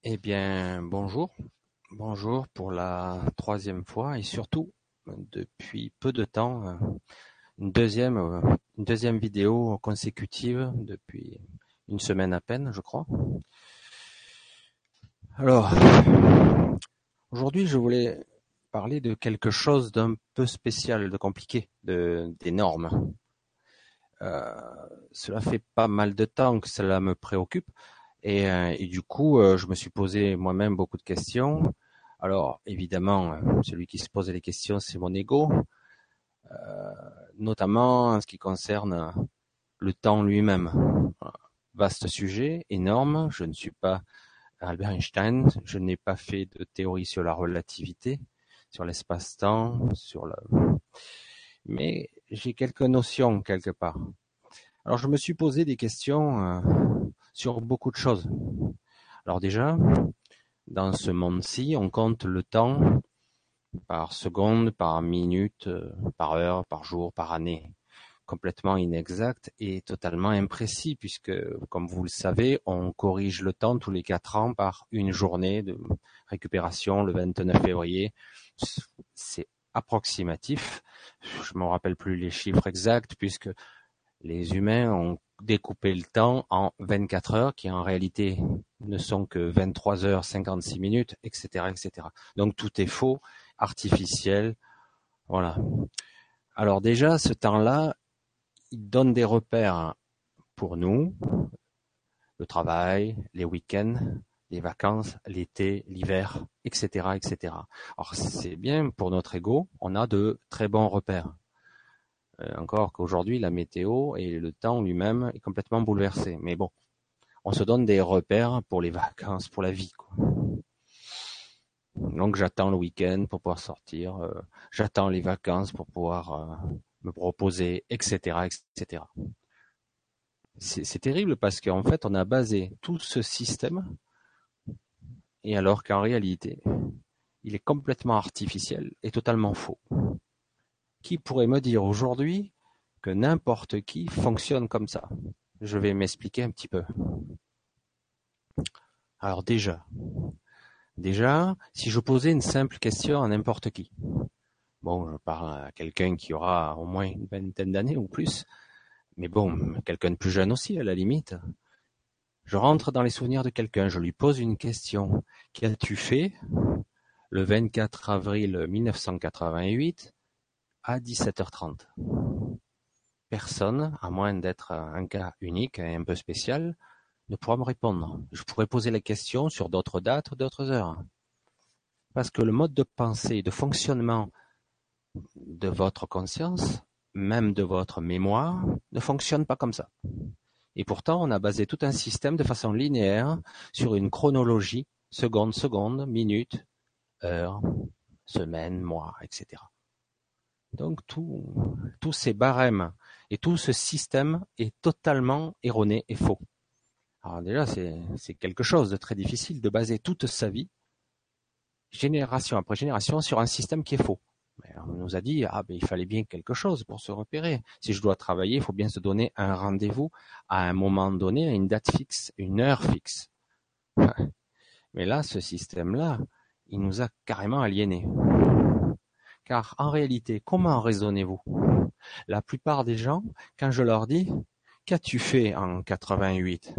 Eh bien, bonjour. Bonjour pour la troisième fois et surtout, depuis peu de temps, une deuxième, euh, une deuxième vidéo consécutive depuis une semaine à peine, je crois. Alors, aujourd'hui, je voulais parler de quelque chose d'un peu spécial, de compliqué, des normes. Euh, Cela fait pas mal de temps que cela me préoccupe et du coup, je me suis posé moi-même beaucoup de questions. Alors, évidemment, celui qui se pose les questions, c'est mon ego, notamment en ce qui concerne le temps lui-même. Voilà. Vaste sujet, énorme. Je ne suis pas Albert Einstein, je n'ai pas fait de théorie sur la relativité, sur l'espace-temps, mais j'ai quelques notions quelque part. Alors, je me suis posé des questions sur beaucoup de choses. Alors déjà, dans ce monde-ci, on compte le temps par seconde, par minute, par heure, par jour, par année. Complètement inexact et totalement imprécis puisque, comme vous le savez, on corrige le temps tous les 4 ans par une journée de récupération le 29 février. C'est approximatif. Je ne me rappelle plus les chiffres exacts puisque les humains ont découpé le temps en 24 heures qui en réalité ne sont que 23 heures 56 minutes, etc., etc. Donc tout est faux, artificiel, voilà. Alors déjà, ce temps-là, il donne des repères pour nous, le travail, les week-ends, les vacances, l'été, l'hiver, etc., etc. Alors c'est bien pour notre ego, on a de très bons repères. Encore qu'aujourd'hui, la météo et le temps lui-même est complètement bouleversé. Mais bon, on se donne des repères pour les vacances, pour la vie, quoi. Donc j'attends le week-end pour pouvoir sortir, j'attends les vacances pour pouvoir me reposer, etc., etc. C'est terrible parce qu'en fait, on a basé tout ce système, et alors qu'en réalité, il est complètement artificiel et totalement faux. Qui pourrait me dire aujourd'hui que n'importe qui fonctionne comme ça? Je vais m'expliquer un petit peu. Alors déjà, si je posais une simple question à n'importe qui, bon, je parle à quelqu'un qui aura au moins une vingtaine d'années ou plus, mais bon, quelqu'un de plus jeune aussi, à la limite. Je rentre dans les souvenirs de quelqu'un, je lui pose une question. Qu'as-tu fait le 24 avril 1988 à 17h30? Personne, à moins d'être un cas unique et un peu spécial, ne pourra me répondre. Je pourrais poser la question sur d'autres dates, d'autres heures. Parce que le mode de pensée, de fonctionnement de votre conscience, même de votre mémoire, ne fonctionne pas comme ça. Et pourtant, on a basé tout un système de façon linéaire sur une chronologie, seconde, seconde, minute, heure, semaine, mois, etc. Donc tous ces barèmes et tout ce système est totalement erroné et faux. Alors déjà, c'est quelque chose de très difficile de baser toute sa vie, génération après génération, sur un système qui est faux. Mais on nous a dit, ah ben il fallait bien quelque chose pour se repérer. Si je dois travailler, il faut bien se donner un rendez-vous à un moment donné, à une date fixe, une heure fixe. Mais là, ce système-là, il nous a carrément aliénés. Car en réalité, comment raisonnez-vous? La plupart des gens, quand je leur dis, qu'as-tu fait en 88?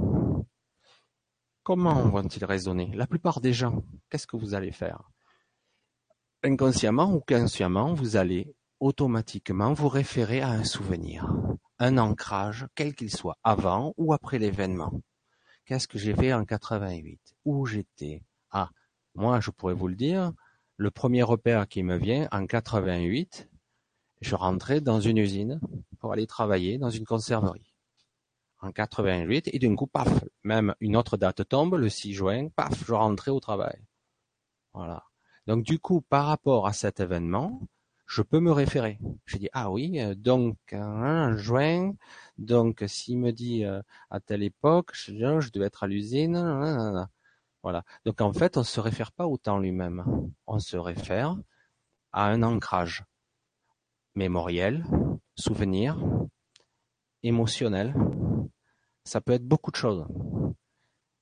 Comment vont-ils raisonner? La plupart des gens, qu'est-ce que vous allez faire? Inconsciemment ou consciemment, vous allez automatiquement vous référer à un souvenir, un ancrage, quel qu'il soit, avant ou après l'événement. Qu'est-ce que j'ai fait en 88? Où j'étais? Ah, moi, je pourrais vous le dire, le premier repère qui me vient en 88, je rentrais dans une usine pour aller travailler dans une conserverie. En 88, et d'un coup, paf, même une autre date tombe, le 6 juin, paf, je rentrais au travail. Voilà. Donc du coup, par rapport à cet événement, je peux me référer. Je dis, ah oui, donc en juin, donc s'il me dit à telle époque, je devais être à l'usine, nanana. Voilà. Donc en fait, on se réfère pas au temps lui-même. On se réfère à un ancrage mémoriel, souvenir, émotionnel. Ça peut être beaucoup de choses.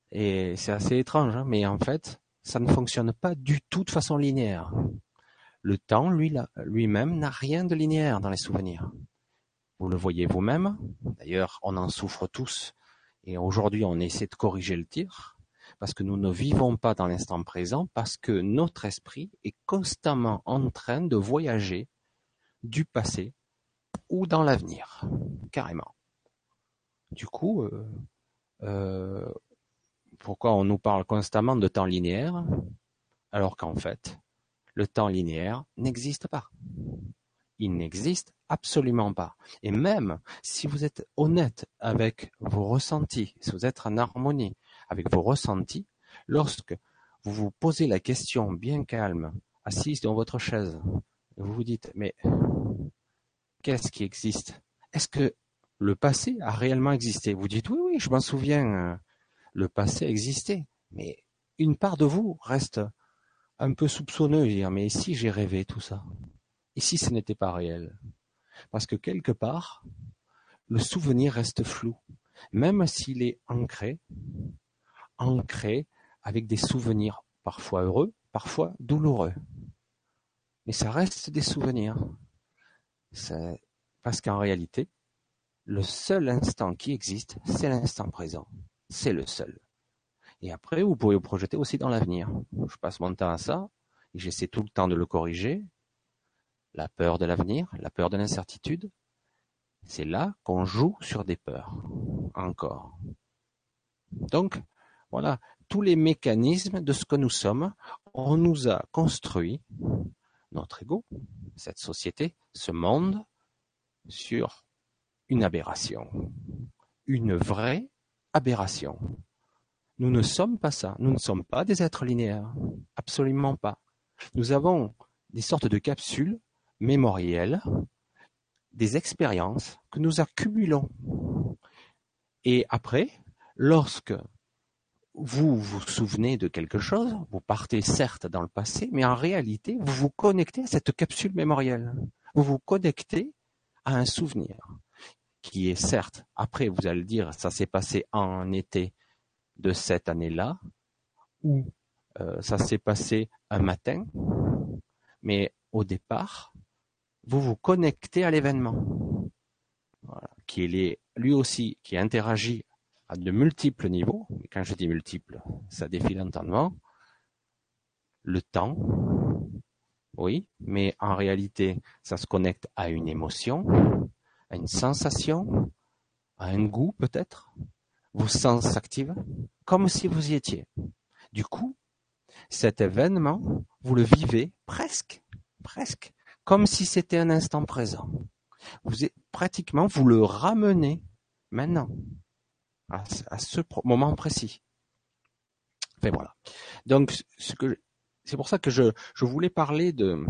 Et c'est assez étrange, hein, mais en fait, ça ne fonctionne pas du tout de façon linéaire. Le temps, lui-même, n'a rien de linéaire dans les souvenirs. Vous le voyez vous-même. D'ailleurs, on en souffre tous. Et aujourd'hui, on essaie de corriger le tir parce que nous ne vivons pas dans l'instant présent, parce que notre esprit est constamment en train de voyager du passé ou dans l'avenir, carrément. Du coup, euh, pourquoi on nous parle constamment de temps linéaire alors qu'en fait, le temps linéaire n'existe pas. Il n'existe absolument pas. Et même si vous êtes honnête avec vos ressentis, si vous êtes en harmonie avec vos ressentis, lorsque vous vous posez la question bien calme, assise dans votre chaise, vous vous dites, mais qu'est-ce qui existe? Est-ce que le passé a réellement existé? Vous dites, oui, oui, je m'en souviens, le passé existait. Mais une part de vous reste un peu soupçonneux, dire, mais si j'ai rêvé tout ça? Et si ce n'était pas réel? Parce que quelque part, le souvenir reste flou, même s'il est ancré avec des souvenirs parfois heureux, parfois douloureux. Mais ça reste des souvenirs. Parce qu'en réalité, le seul instant qui existe, c'est l'instant présent. C'est le seul. Et après, vous pouvez vous projeter aussi dans l'avenir. Je passe mon temps à ça, et j'essaie tout le temps de le corriger. La peur de l'avenir, la peur de l'incertitude, c'est là qu'on joue sur des peurs. Encore. Donc, voilà, tous les mécanismes de ce que nous sommes, on nous a construit, notre ego, cette société, ce monde, sur une aberration. Une vraie aberration. Nous ne sommes pas ça. Nous ne sommes pas des êtres linéaires. Absolument pas. Nous avons des sortes de capsules mémorielles, des expériences que nous accumulons. Et après, lorsque vous vous souvenez de quelque chose, vous partez certes dans le passé, mais en réalité, vous vous connectez à cette capsule mémorielle. Vous vous connectez à un souvenir qui est certes, après vous allez dire, ça s'est passé en été de cette année-là, ou ça s'est passé un matin, mais au départ, vous vous connectez à l'événement, voilà, qui est lui aussi, qui interagit à de multiples niveaux. Et quand je dis multiples, ça défie l'entendement. Le temps, oui, mais en réalité, ça se connecte à une émotion, à une sensation, à un goût peut-être. Vos sens s'activent comme si vous y étiez. Du coup, cet événement, vous le vivez presque, comme si c'était un instant présent. Pratiquement, vous le ramenez maintenant, à ce moment précis. Enfin voilà. Donc, c'est pour ça que je voulais parler de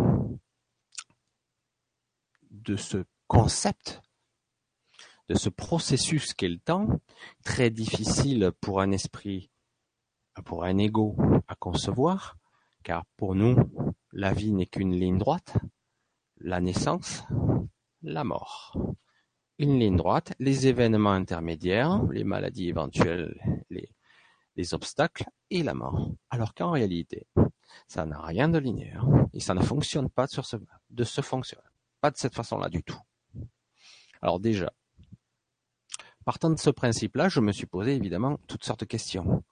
ce concept, de ce processus qu'est le temps, très difficile pour un esprit, pour un ego à concevoir, car pour nous, la vie n'est qu'une ligne droite, la naissance, la mort. Une ligne droite, les événements intermédiaires, les maladies éventuelles, les obstacles et la mort. Alors qu'en réalité, ça n'a rien de linéaire et ça ne fonctionne pas pas de cette façon-là du tout. Alors déjà, partant de ce principe-là, je me suis posé évidemment toutes sortes de questions.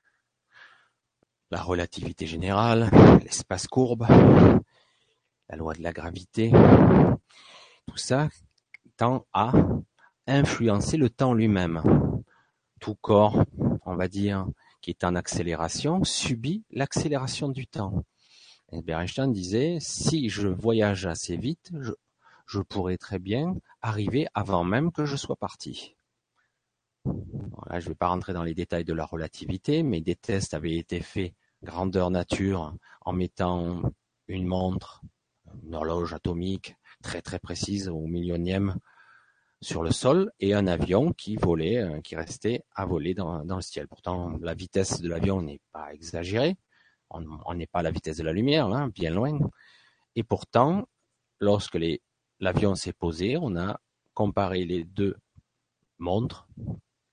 La relativité générale, l'espace courbe, la loi de la gravité, tout ça tend à influencer le temps lui-même. Tout corps, on va dire, qui est en accélération, subit l'accélération du temps. Albert Einstein disait, si je voyage assez vite, je pourrais très bien arriver avant même que je sois parti. Voilà, je ne vais pas rentrer dans les détails de la relativité, mais des tests avaient été faits grandeur nature en mettant une montre, une horloge atomique très très précise au millionième sur le sol et un avion qui volait, qui restait à voler dans le ciel. Pourtant, la vitesse de l'avion n'est pas exagérée. On n'est pas à la vitesse de la lumière, là, bien loin. Et pourtant, lorsque l'avion s'est posé, on a comparé les deux montres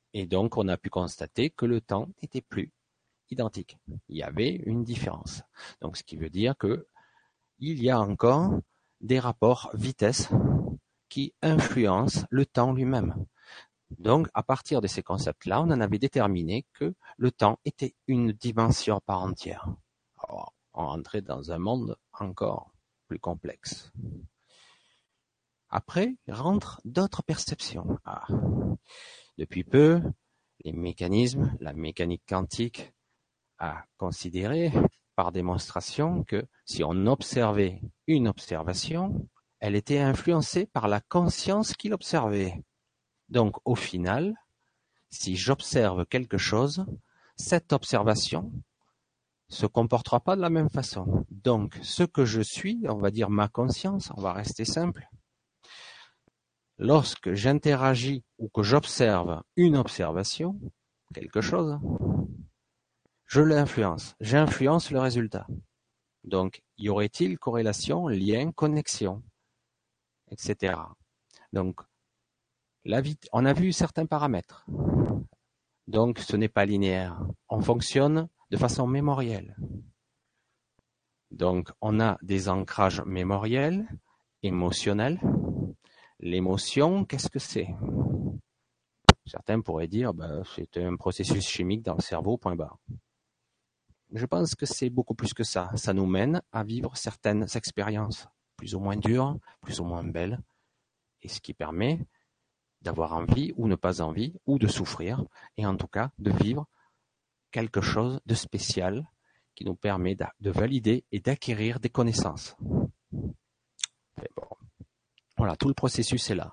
Et donc, on a pu constater que le temps n'était plus identique. Il y avait une différence. Donc, ce qui veut dire que il y a encore des rapports vitesse qui influencent le temps lui-même. Donc, à partir de ces concepts-là, on en avait déterminé que le temps était une dimension par entière. Alors, on rentrait dans un monde encore plus complexe. Après, rentrent d'autres perceptions. Depuis peu, les mécanismes, la mécanique quantique a considéré par démonstration que si on observait une observation, elle était influencée par la conscience qui l'observait. Donc, au final, si j'observe quelque chose, cette observation se comportera pas de la même façon. Donc, ce que je suis, on va dire ma conscience, on va rester simple. Lorsque j'interagis ou que j'observe une observation, quelque chose, je l'influence. J'influence le résultat. Donc, y aurait-il corrélation, lien, connexion, etc. Donc, on a vu certains paramètres. Donc, ce n'est pas linéaire. On fonctionne de façon mémorielle. Donc, on a des ancrages mémoriels, émotionnels. L'émotion, qu'est-ce que c'est? Certains pourraient dire, c'est un processus chimique dans le cerveau, point barre. Je pense que c'est beaucoup plus que ça. Ça nous mène à vivre certaines expériences, plus ou moins dures, plus ou moins belles, et ce qui permet d'avoir envie ou ne pas envie, ou de souffrir, et en tout cas de vivre quelque chose de spécial qui nous permet de valider et d'acquérir des connaissances. Mais bon, voilà, tout le processus est là.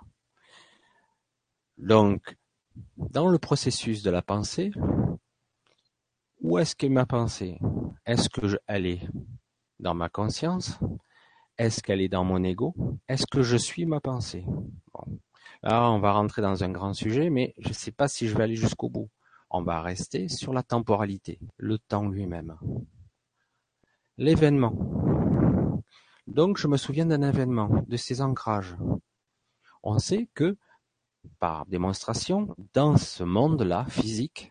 Donc, dans le processus de la pensée, où est-ce qu'est ma pensée? Est-ce que elle est dans ma conscience? Est-ce qu'elle est dans mon ego? Est-ce que je suis ma pensée? Bon. Là, on va rentrer dans un grand sujet, mais je ne sais pas si je vais aller jusqu'au bout. On va rester sur la temporalité, le temps lui-même. L'événement. Donc, je me souviens d'un événement, de ces ancrages. On sait que, par démonstration, dans ce monde-là, physique,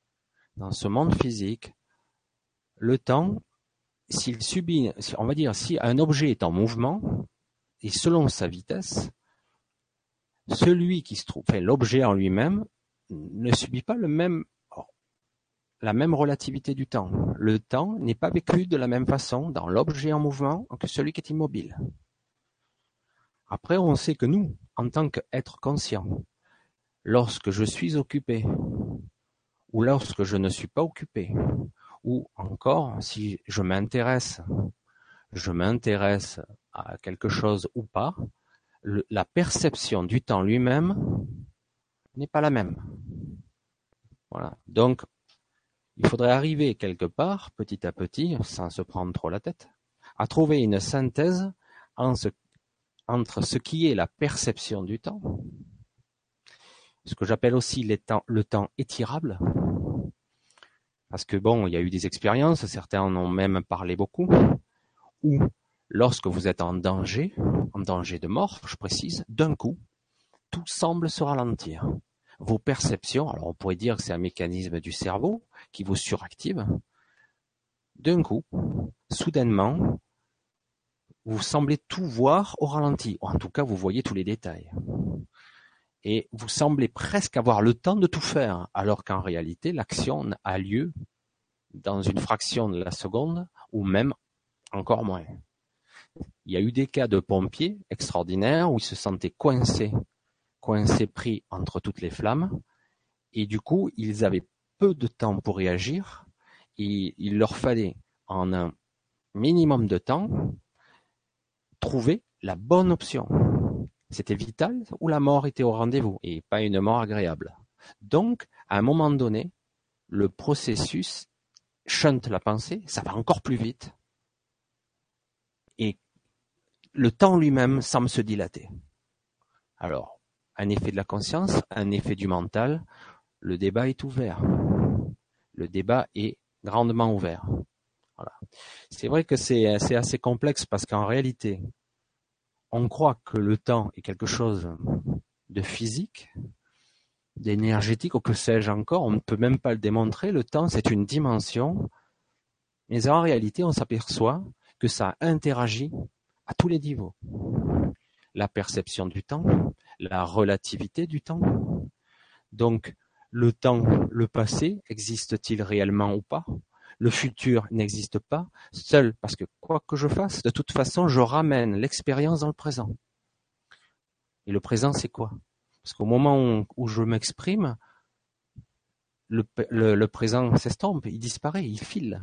le temps, s'il subit, on va dire, si un objet est en mouvement, et selon sa vitesse, celui qui se trouve, l'objet en lui-même, ne subit pas la même relativité du temps. Le temps n'est pas vécu de la même façon dans l'objet en mouvement que celui qui est immobile. Après, on sait que nous, en tant qu'être conscient, lorsque je suis occupé, ou lorsque je ne suis pas occupé, ou encore si je m'intéresse à quelque chose ou pas, la perception du temps lui-même n'est pas la même. Voilà. Donc, il faudrait arriver quelque part, petit à petit, sans se prendre trop la tête, à trouver une synthèse entre ce qui est la perception du temps, ce que j'appelle aussi le temps étirable, parce que bon, il y a eu des expériences, certains en ont même parlé beaucoup, où lorsque vous êtes en danger de mort, je précise, d'un coup, tout semble se ralentir. Vos perceptions, alors on pourrait dire que c'est un mécanisme du cerveau qui vous suractive. D'un coup, soudainement, vous semblez tout voir au ralenti. En tout cas, vous voyez tous les détails. Et vous semblez presque avoir le temps de tout faire, alors qu'en réalité, l'action a lieu dans une fraction de la seconde, ou même encore moins. Il y a eu des cas de pompiers extraordinaires où ils se sentaient coincés pris entre toutes les flammes, et du coup, ils avaient peu de temps pour réagir, et il leur fallait, en un minimum de temps, trouver la bonne option. C'était vital ou la mort était au rendez-vous, et pas une mort agréable. Donc, à un moment donné, le processus shunte la pensée, ça va encore plus vite, et le temps lui-même semble se dilater. Alors, un effet de la conscience, un effet du mental, le débat est ouvert. Le débat est grandement ouvert. Voilà. C'est vrai que c'est assez complexe parce qu'en réalité, on croit que le temps est quelque chose de physique, d'énergétique ou que sais-je encore, on ne peut même pas le démontrer, le temps c'est une dimension, mais en réalité on s'aperçoit que ça interagit à tous les niveaux. La perception du temps, la relativité du temps. Donc, le temps, le passé, existe-t-il réellement ou pas? Le futur n'existe pas, seul parce que quoi que je fasse, de toute façon, je ramène l'expérience dans le présent. Et le présent, c'est quoi? Parce qu'au moment où je m'exprime, le présent s'estompe, il disparaît, il file.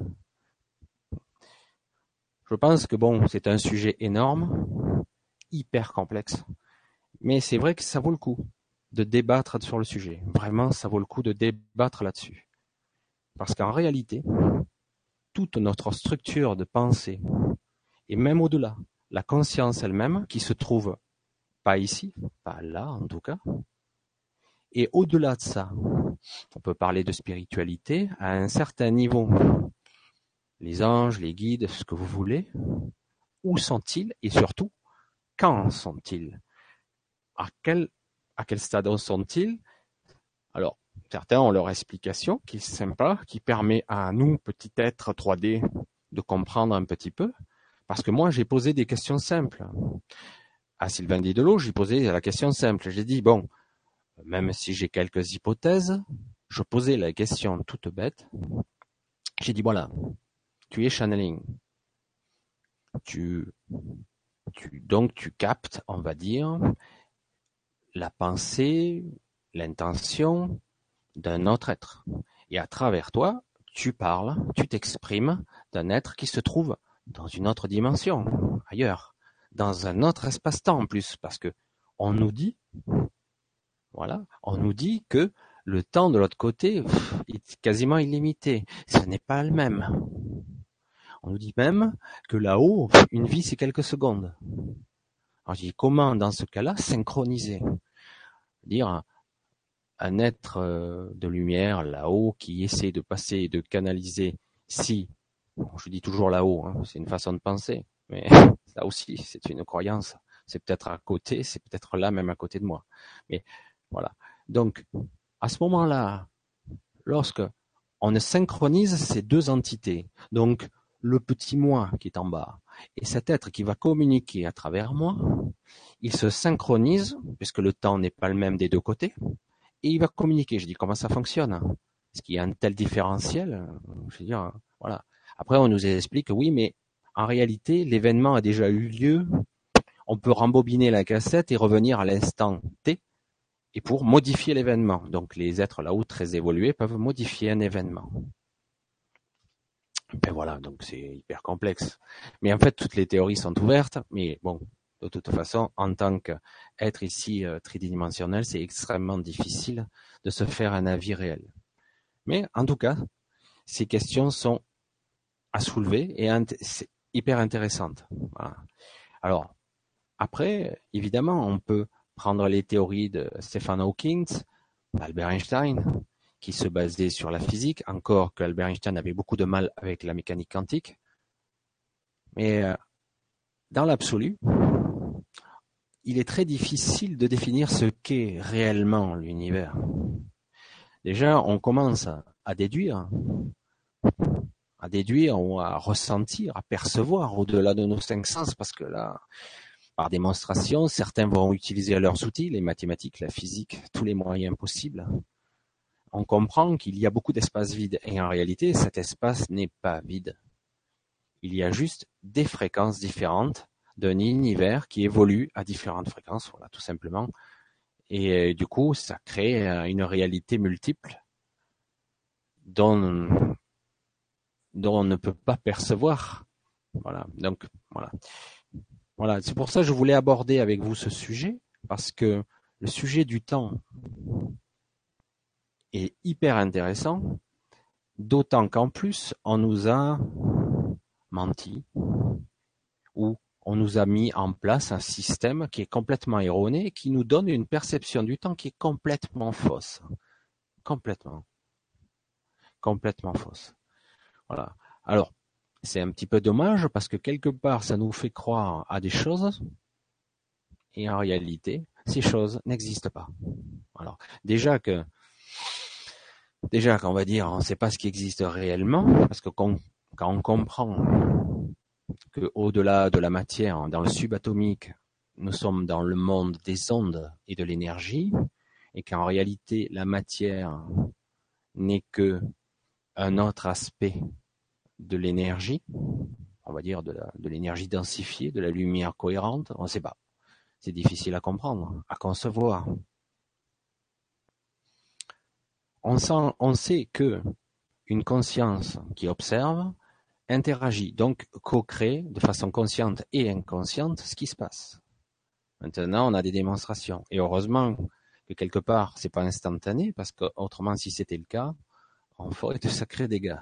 Je pense que bon, c'est un sujet énorme, hyper complexe, mais c'est vrai que ça vaut le coup de débattre sur le sujet. Vraiment, ça vaut le coup de débattre là-dessus. Parce qu'en réalité, toute notre structure de pensée, et même au-delà, la conscience elle-même, qui se trouve pas ici, pas là en tout cas, et au-delà de ça, on peut parler de spiritualité à un certain niveau. Les anges, les guides, ce que vous voulez, où sont-ils et surtout, quand sont-ils? À quel stade sont-ils? Alors, certains ont leur explication qui est sympa, qui permet à nous, petits êtres 3D, de comprendre un petit peu. Parce que moi, j'ai posé des questions simples. À Sylvain Didelot, j'ai posé la question simple. J'ai dit, bon, même si j'ai quelques hypothèses, je posais la question toute bête. J'ai dit, voilà, tu es channeling. Donc tu captes, on va dire, la pensée, l'intention d'un autre être. Et à travers toi, tu parles, tu t'exprimes d'un être qui se trouve dans une autre dimension, ailleurs, dans un autre espace-temps en plus, parce que on nous dit, voilà, on nous dit que le temps de l'autre côté est quasiment illimité. Ce n'est pas le même. On nous dit même que là-haut, une vie c'est quelques secondes. Alors je dis comment dans ce cas-là synchroniser, dire un être de lumière là-haut qui essaie de passer et de canaliser, si, bon, je dis toujours là-haut, hein, c'est une façon de penser, mais ça aussi c'est une croyance, c'est peut-être à côté, c'est peut-être là même à côté de moi, mais voilà. Donc à ce moment-là, lorsque on synchronise ces deux entités, donc le petit moi qui est en bas et cet être qui va communiquer à travers moi, ils se synchronisent puisque le temps n'est pas le même des deux côtés. Et il va communiquer. Je dis comment ça fonctionne? Est-ce qu'il y a un tel différentiel? Je veux dire, voilà. Après, on nous explique que oui, mais en réalité, l'événement a déjà eu lieu. On peut rembobiner la cassette et revenir à l'instant T et pour modifier l'événement. Donc, les êtres là-haut très évolués peuvent modifier un événement. Ben voilà, donc c'est hyper complexe. Mais en fait, toutes les théories sont ouvertes. Mais bon, de toute façon, en tant qu'être ici tridimensionnel, c'est extrêmement difficile de se faire un avis réel. Mais en tout cas, ces questions sont à soulever et c'est hyper intéressantes. Voilà. Alors, après, évidemment, on peut prendre les théories de Stephen Hawking, d'Albert Einstein, qui se basaient sur la physique, encore qu'Albert Einstein avait beaucoup de mal avec la mécanique quantique. Mais dans l'absolu, il est très difficile de définir ce qu'est réellement l'univers. Déjà, on commence à déduire ou à ressentir, à percevoir au-delà de nos cinq sens, parce que là, par démonstration, certains vont utiliser leurs outils, les mathématiques, la physique, tous les moyens possibles. On comprend qu'il y a beaucoup d'espace vide, et en réalité, cet espace n'est pas vide. Il y a juste des fréquences différentes d'un univers qui évolue à différentes fréquences, voilà, tout simplement. Et du coup, ça crée une réalité multiple dont on ne peut pas percevoir. Voilà. Donc, voilà. Voilà. C'est pour ça que je voulais aborder avec vous ce sujet, parce que le sujet du temps est hyper intéressant, d'autant qu'en plus, on nous a menti, ou on nous a mis en place un système qui est complètement erroné, qui nous donne une perception du temps qui est complètement fausse. Complètement. Complètement fausse. Voilà. Alors, c'est un petit peu dommage parce que quelque part, ça nous fait croire à des choses et en réalité, ces choses n'existent pas. Alors, déjà qu'on va dire, on ne sait pas ce qui existe réellement, parce que quand on comprend qu'au-delà de la matière, dans le subatomique, nous sommes dans le monde des ondes et de l'énergie, et qu'en réalité, la matière n'est que un autre aspect de l'énergie, on va dire de l'énergie densifiée, de la lumière cohérente, on ne sait pas. C'est difficile à comprendre, à concevoir. On sait que une conscience qui observe interagit, donc co-crée de façon consciente et inconsciente ce qui se passe. Maintenant, on a des démonstrations. Et heureusement que quelque part, c'est pas instantané, parce que autrement, si c'était le cas, on ferait de sacrés dégâts.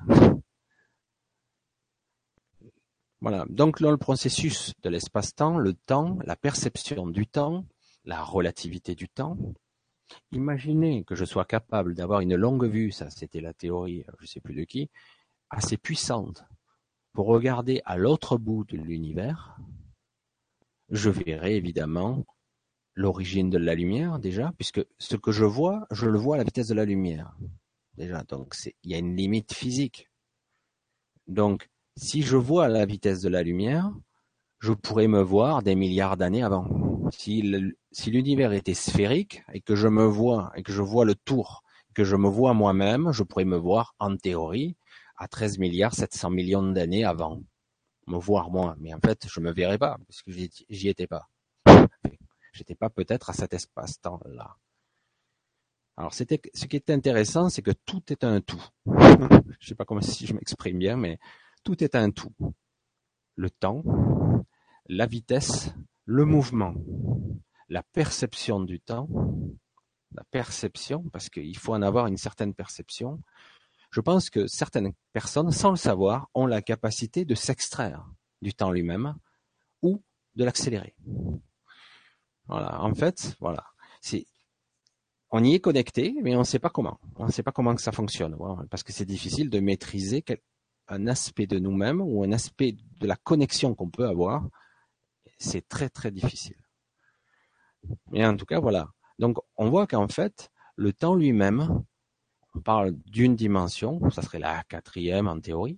Voilà. Donc, dans le processus de l'espace-temps, le temps, la perception du temps, la relativité du temps, imaginez que je sois capable d'avoir une longue vue, ça c'était la théorie, je ne sais plus de qui, assez puissante pour regarder à l'autre bout de l'univers, je verrai évidemment l'origine de la lumière déjà, puisque ce que je vois, je le vois à la vitesse de la lumière. Déjà, donc il y a une limite physique. Donc, si je vois à la vitesse de la lumière, je pourrais me voir des milliards d'années avant. Si l'univers était sphérique et que je me vois et que je vois le tour, que je me vois moi-même, je pourrais me voir en théorie à 13 milliards 700 millions d'années avant. Me voir moi, mais en fait, je me verrais pas parce que j'y étais pas. J'étais pas peut-être à cet espace-temps-là. Alors ce qui est intéressant, c'est que tout est un tout. Je sais pas comment si je m'exprime bien, mais tout est un tout. Le temps, la vitesse, le mouvement, la perception du temps, la perception, parce qu'il faut en avoir une certaine perception. Je pense que certaines personnes, sans le savoir, ont la capacité de s'extraire du temps lui-même ou de l'accélérer. Voilà, en fait, voilà. On y est connecté, mais on ne sait pas comment. On ne sait pas comment que ça fonctionne, voilà, parce que c'est difficile de maîtriser un aspect de nous-mêmes ou un aspect de la connexion qu'on peut avoir. C'est très très difficile. Mais en tout cas, voilà. Donc, on voit qu'en fait, le temps lui-même, on parle d'une dimension, ça serait la quatrième en théorie.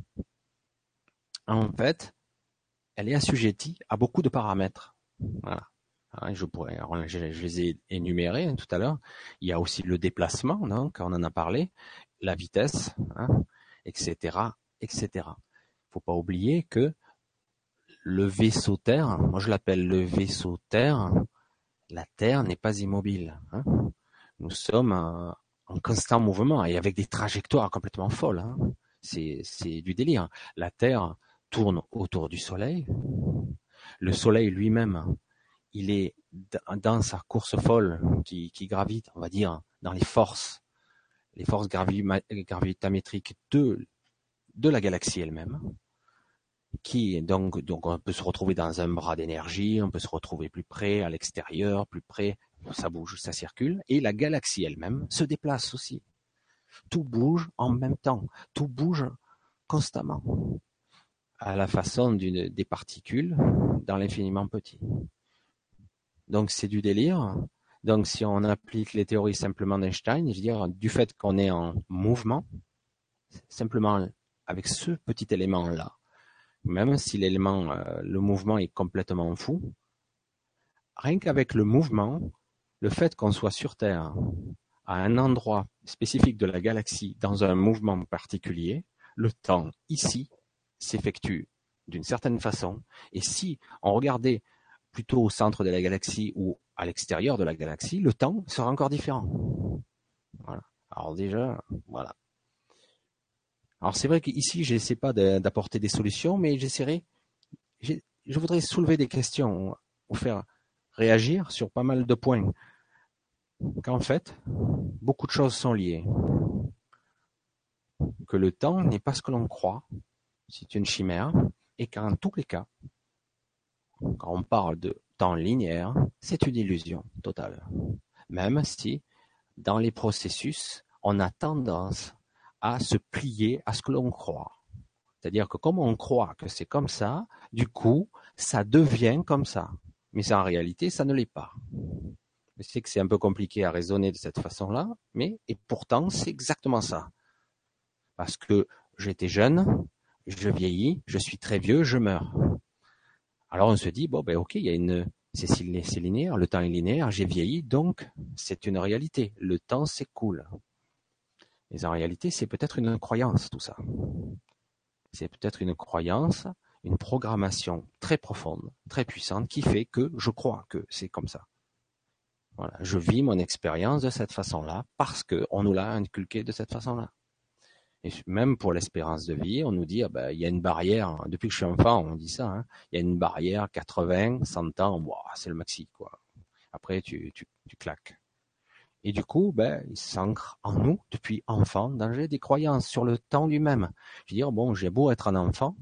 En fait, elle est assujettie à beaucoup de paramètres. Voilà. Je les ai énumérés tout à l'heure. Il y a aussi le déplacement, donc on en a parlé, la vitesse, etc., etc. Faut pas oublier que le vaisseau Terre, moi je l'appelle le vaisseau Terre, la Terre n'est pas immobile. Nous sommes en constant mouvement et avec des trajectoires complètement folles. C'est du délire. La Terre tourne autour du Soleil. Le Soleil lui-même, il est dans sa course folle qui gravite, on va dire, dans les forces gravitamétriques de la galaxie elle-même, qui donc on peut se retrouver dans un bras d'énergie, on peut se retrouver plus près, à l'extérieur, plus près, ça bouge, ça circule, et la galaxie elle-même se déplace aussi. Tout bouge en même temps, tout bouge constamment, à la façon des particules dans l'infiniment petit. Donc c'est du délire. Donc si on applique les théories simplement d'Einstein, je veux dire, du fait qu'on est en mouvement, simplement avec ce petit élément-là, même si le mouvement est complètement fou, rien qu'avec le mouvement, le fait qu'on soit sur Terre, à un endroit spécifique de la galaxie, dans un mouvement particulier, le temps ici s'effectue d'une certaine façon. Et si on regardait plutôt au centre de la galaxie ou à l'extérieur de la galaxie, le temps sera encore différent. Voilà. Alors déjà, voilà. Alors c'est vrai qu'ici, je n'essaie pas d'apporter des solutions, mais je voudrais soulever des questions ou faire réagir sur pas mal de points. Qu'en fait, beaucoup de choses sont liées. Que le temps n'est pas ce que l'on croit, c'est une chimère, et qu'en tous les cas, quand on parle de temps linéaire, c'est une illusion totale. Même si, dans les processus, on a tendance à se plier à ce que l'on croit. C'est-à-dire que comme on croit que c'est comme ça, du coup, ça devient comme ça. Mais en réalité, ça ne l'est pas. Je sais que c'est un peu compliqué à raisonner de cette façon-là, et pourtant, c'est exactement ça. Parce que j'étais jeune, je vieillis, je suis très vieux, je meurs. Alors on se dit, bon, ben ok, c'est linéaire, le temps est linéaire, j'ai vieilli, donc c'est une réalité. Le temps s'écoule. Mais en réalité, c'est peut-être une croyance, tout ça. C'est peut-être une croyance, une programmation très profonde, très puissante, qui fait que je crois que c'est comme ça. Voilà, je vis mon expérience de cette façon-là parce qu'on nous l'a inculqué de cette façon-là. Et même pour l'espérance de vie, on nous dit, ah ben, il y a une barrière, depuis que je suis enfant, on dit ça, hein, il y a une barrière, 80, 100 ans, wow, c'est le maxi, quoi. Après, tu claques. Et du coup, ben, il s'ancre en nous, depuis enfant, dans des croyances sur le temps lui-même. Je veux dire, bon, j'ai beau être un enfant,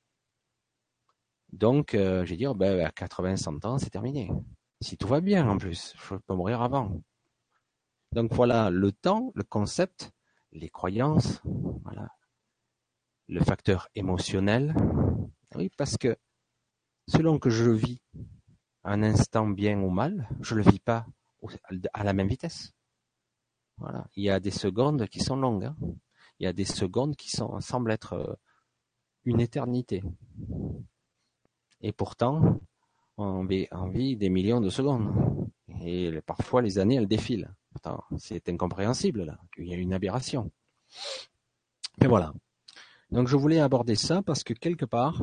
donc, je vais dire, ben, à 80, 100 ans, c'est terminé. Si tout va bien, en plus, je peux mourir avant. Donc voilà, le temps, le concept, les croyances, voilà, le facteur émotionnel. Oui, parce que selon que je vis un instant bien ou mal, je le vis pas à la même vitesse. Voilà, il y a des secondes qui sont longues, hein. Il y a des secondes qui semblent être une éternité. Et pourtant, on vit des millions de secondes. Et parfois, les années, elles défilent. Pourtant, c'est incompréhensible, là. Il y a une aberration. Mais voilà. Donc, je voulais aborder ça parce que quelque part,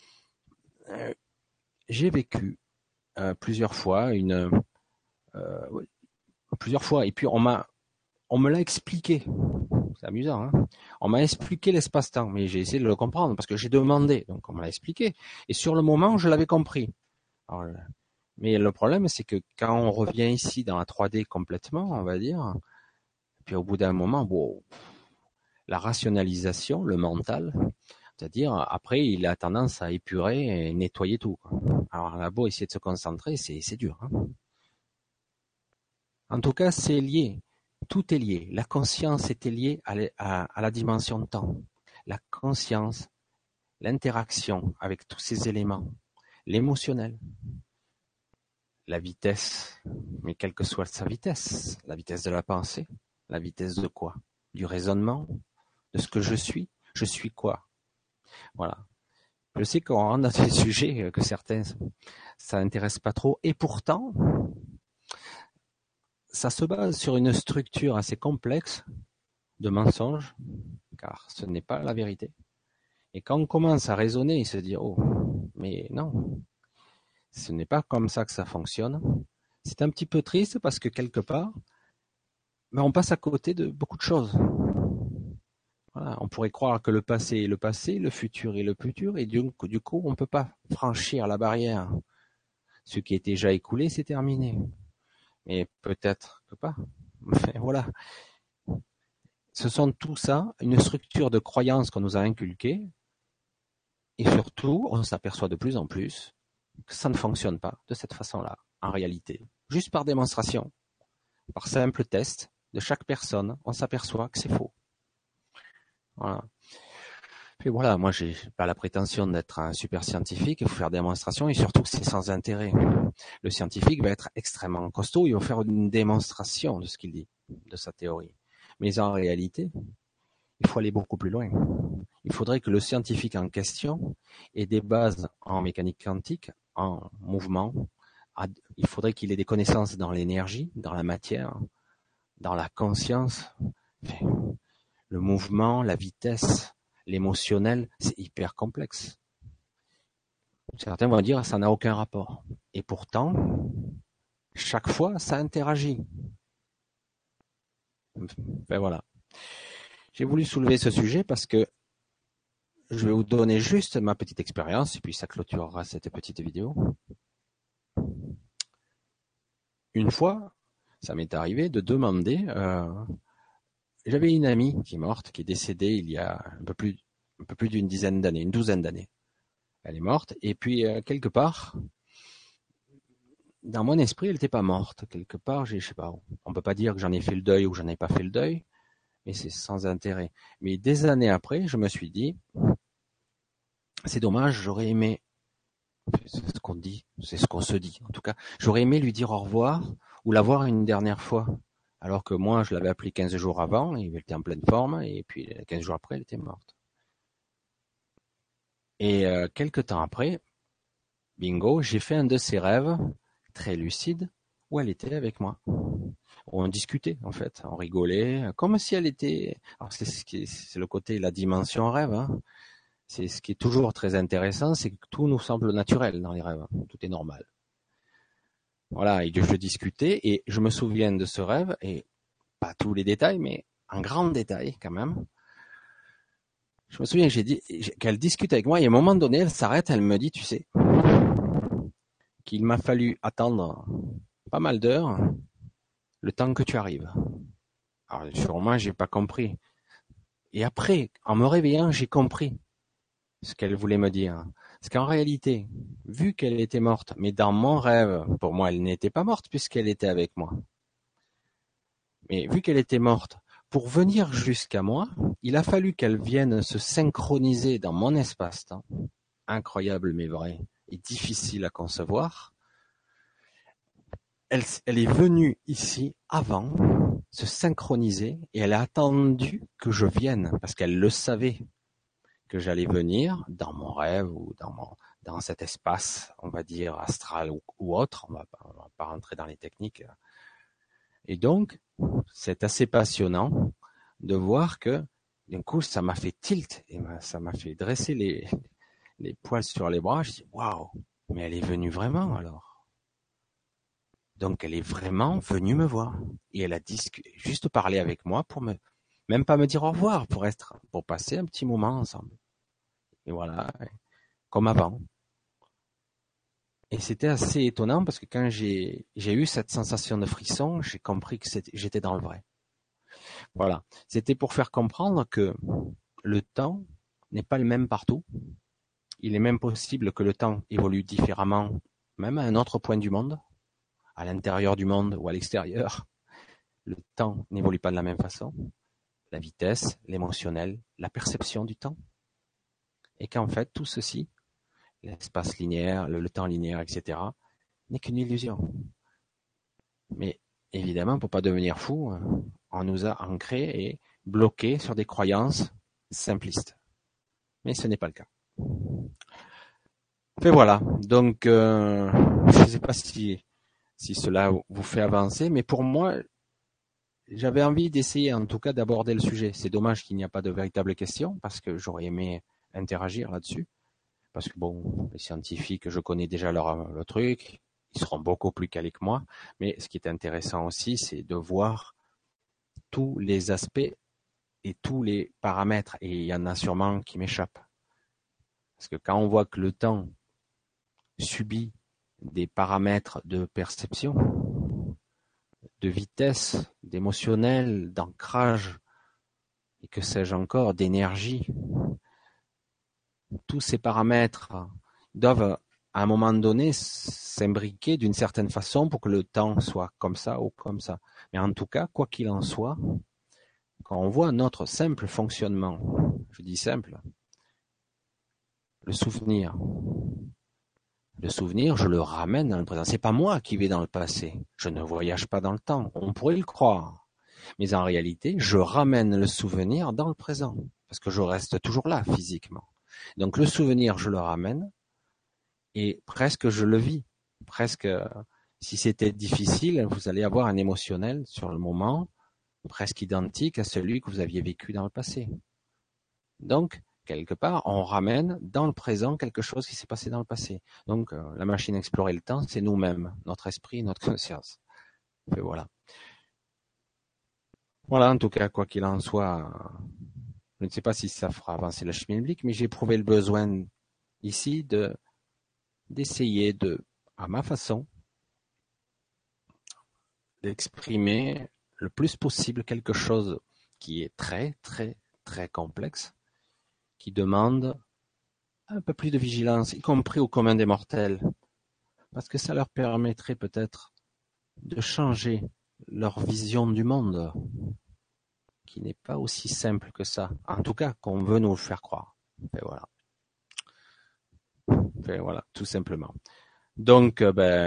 j'ai vécu plusieurs fois et puis on me l'a expliqué. C'est amusant, hein. On m'a expliqué l'espace-temps, mais j'ai essayé de le comprendre parce que j'ai demandé, donc on m'a expliqué. Et sur le moment, je l'avais compris. Alors, mais le problème, c'est que quand on revient ici dans la 3D complètement, on va dire, puis au bout d'un moment, wow, la rationalisation, le mental, c'est-à-dire après, il a tendance à épurer et nettoyer tout, quoi. Alors là, beau essayer de se concentrer, c'est dur, hein. En tout cas, c'est lié. Tout est lié. La conscience était liée à la dimension de temps. La conscience, l'interaction avec tous ces éléments, l'émotionnel, la vitesse, mais quelle que soit sa vitesse, la vitesse de la pensée, la vitesse de quoi? Du raisonnement, de ce que je suis quoi? Voilà. Je sais qu'on rentre dans des sujets que certains, ça n'intéresse pas trop, et pourtant, ça se base sur une structure assez complexe de mensonges, car ce n'est pas la vérité. Et quand on commence à raisonner et se dire, oh, mais non, ce n'est pas comme ça que ça fonctionne, c'est un petit peu triste parce que quelque part, mais on passe à côté de beaucoup de choses. Voilà, on pourrait croire que le passé est le passé, le futur est le futur, et du coup, on ne peut pas franchir la barrière. Ce qui est déjà écoulé, c'est terminé. Mais peut-être que pas. Enfin, voilà. Ce sont tout ça, une structure de croyance qu'on nous a inculquée, et surtout, on s'aperçoit de plus en plus que ça ne fonctionne pas de cette façon-là, en réalité. Juste par démonstration, par simple test de chaque personne, on s'aperçoit que c'est faux. Voilà. Puis voilà, moi j'ai pas la prétention d'être un super scientifique, il faut faire des démonstrations et surtout que c'est sans intérêt. Le scientifique va être extrêmement costaud, il va faire une démonstration de ce qu'il dit, de sa théorie. Mais en réalité, il faut aller beaucoup plus loin. Il faudrait que le scientifique en question ait des bases en mécanique quantique, en mouvement. Il faudrait qu'il ait des connaissances dans l'énergie, dans la matière, dans la conscience. Enfin, le mouvement, la vitesse, l'émotionnel, c'est hyper complexe. Certains vont dire que ça n'a aucun rapport. Et pourtant, chaque fois, ça interagit. Ben voilà. J'ai voulu soulever ce sujet parce que je vais vous donner juste ma petite expérience et puis ça clôturera cette petite vidéo. Une fois, ça m'est arrivé de demander. J'avais une amie qui est morte, qui est décédée il y a un peu plus d'une dizaine d'années, une douzaine d'années. Elle est morte et puis quelque part, dans mon esprit, elle n'était pas morte. Quelque part, je sais pas. On peut pas dire que j'en ai fait le deuil ou que j'en ai pas fait le deuil, mais c'est sans intérêt. Mais des années après, je me suis dit, c'est dommage, j'aurais aimé C'est ce qu'on dit, c'est ce qu'on se dit. En tout cas, j'aurais aimé lui dire au revoir ou la voir une dernière fois. Alors que moi, je l'avais appelée 15 jours avant, et elle était en pleine forme, et puis 15 jours après, elle était morte. Et quelques temps après, bingo, j'ai fait un de ces rêves très lucides où elle était avec moi. On discutait en fait, on rigolait, comme si elle était. Alors c'est le côté, la dimension rêve. Hein. C'est ce qui est toujours très intéressant, c'est que tout nous semble naturel dans les rêves. Hein. Tout est normal. Voilà, et je discutais et je me souviens de ce rêve et pas tous les détails, mais en grand détail quand même. Je me souviens que j'ai dit qu'elle discute avec moi et à un moment donné, elle s'arrête, elle me dit, tu sais, qu'il m'a fallu attendre pas mal d'heures le temps que tu arrives. Alors sûrement, j'ai pas compris. Et après, en me réveillant, j'ai compris ce qu'elle voulait me dire. Parce qu'en réalité, vu qu'elle était morte, mais dans mon rêve, pour moi, elle n'était pas morte puisqu'elle était avec moi. Mais vu qu'elle était morte, pour venir jusqu'à moi, il a fallu qu'elle vienne se synchroniser dans mon espace-temps. Incroyable mais vrai et difficile à concevoir. Elle est venue ici avant, se synchroniser, et elle a attendu que je vienne, parce qu'elle le savait que j'allais venir dans mon rêve ou dans cet espace, on va dire astral ou autre. On va pas rentrer dans les techniques. Et donc, c'est assez passionnant de voir que d'un coup, ça m'a fait tilt et ça m'a fait dresser les poils sur les bras. Je dis waouh, mais elle est venue vraiment alors. Donc, elle est vraiment venue me voir et elle a juste parlé avec moi pour même pas me dire au revoir, pour passer un petit moment ensemble. Et voilà, comme avant. Et c'était assez étonnant parce que quand j'ai eu cette sensation de frisson, j'ai compris que j'étais dans le vrai. Voilà. C'était pour faire comprendre que le temps n'est pas le même partout. Il est même possible que le temps évolue différemment, même à un autre point du monde, à l'intérieur du monde ou à l'extérieur. Le temps n'évolue pas de la même façon. La vitesse, l'émotionnel, la perception du temps. Et qu'en fait, tout ceci, l'espace linéaire, le temps linéaire, etc., n'est qu'une illusion. Mais évidemment, pour pas devenir fou, on nous a ancrés et bloqués sur des croyances simplistes. Mais ce n'est pas le cas. Et voilà. Donc, je ne sais pas si cela vous fait avancer, mais pour moi, j'avais envie d'essayer en tout cas d'aborder le sujet. C'est dommage qu'il n'y a pas de véritable question parce que j'aurais aimé interagir là-dessus. Parce que bon, les scientifiques, je connais déjà le truc, ils seront beaucoup plus calés que moi. Mais ce qui est intéressant aussi, c'est de voir tous les aspects et tous les paramètres. Et il y en a sûrement qui m'échappent. Parce que quand on voit que le temps subit des paramètres de perception, de vitesse, d'émotionnel, d'ancrage, et que sais-je encore, d'énergie, tous ces paramètres doivent à un moment donné s'imbriquer d'une certaine façon pour que le temps soit comme ça ou comme ça. Mais en tout cas, quoi qu'il en soit, quand on voit notre simple fonctionnement, je dis simple, le souvenir, je le ramène dans le présent. C'est pas moi qui vais dans le passé. Je ne voyage pas dans le temps. On pourrait le croire. Mais en réalité, je ramène le souvenir dans le présent. Parce que je reste toujours là, physiquement. Donc le souvenir, je le ramène. Et presque je le vis. Presque, si c'était difficile, vous allez avoir un émotionnel sur le moment, presque identique à celui que vous aviez vécu dans le passé. Donc, quelque part, on ramène dans le présent quelque chose qui s'est passé dans le passé. Donc, la machine à explorer le temps, c'est nous-mêmes, notre esprit, notre conscience. Et voilà. Voilà, en tout cas, quoi qu'il en soit, je ne sais pas si ça fera avancer la chimie biblique, mais j'ai éprouvé le besoin ici d'essayer à ma façon, d'exprimer le plus possible quelque chose qui est très, très, très complexe, qui demande un peu plus de vigilance, y compris au commun des mortels, parce que ça leur permettrait peut-être de changer leur vision du monde, qui n'est pas aussi simple que ça, en tout cas qu'on veut nous le faire croire. Et voilà. Enfin, voilà, tout simplement. Donc,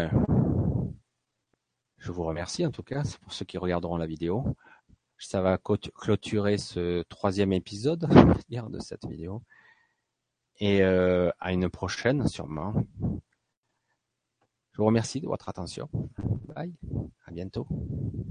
je vous remercie en tout cas, c'est pour ceux qui regarderont la vidéo. Ça va clôturer ce 3e épisode de cette vidéo. Et à une prochaine, sûrement. Je vous remercie de votre attention. Bye, à bientôt.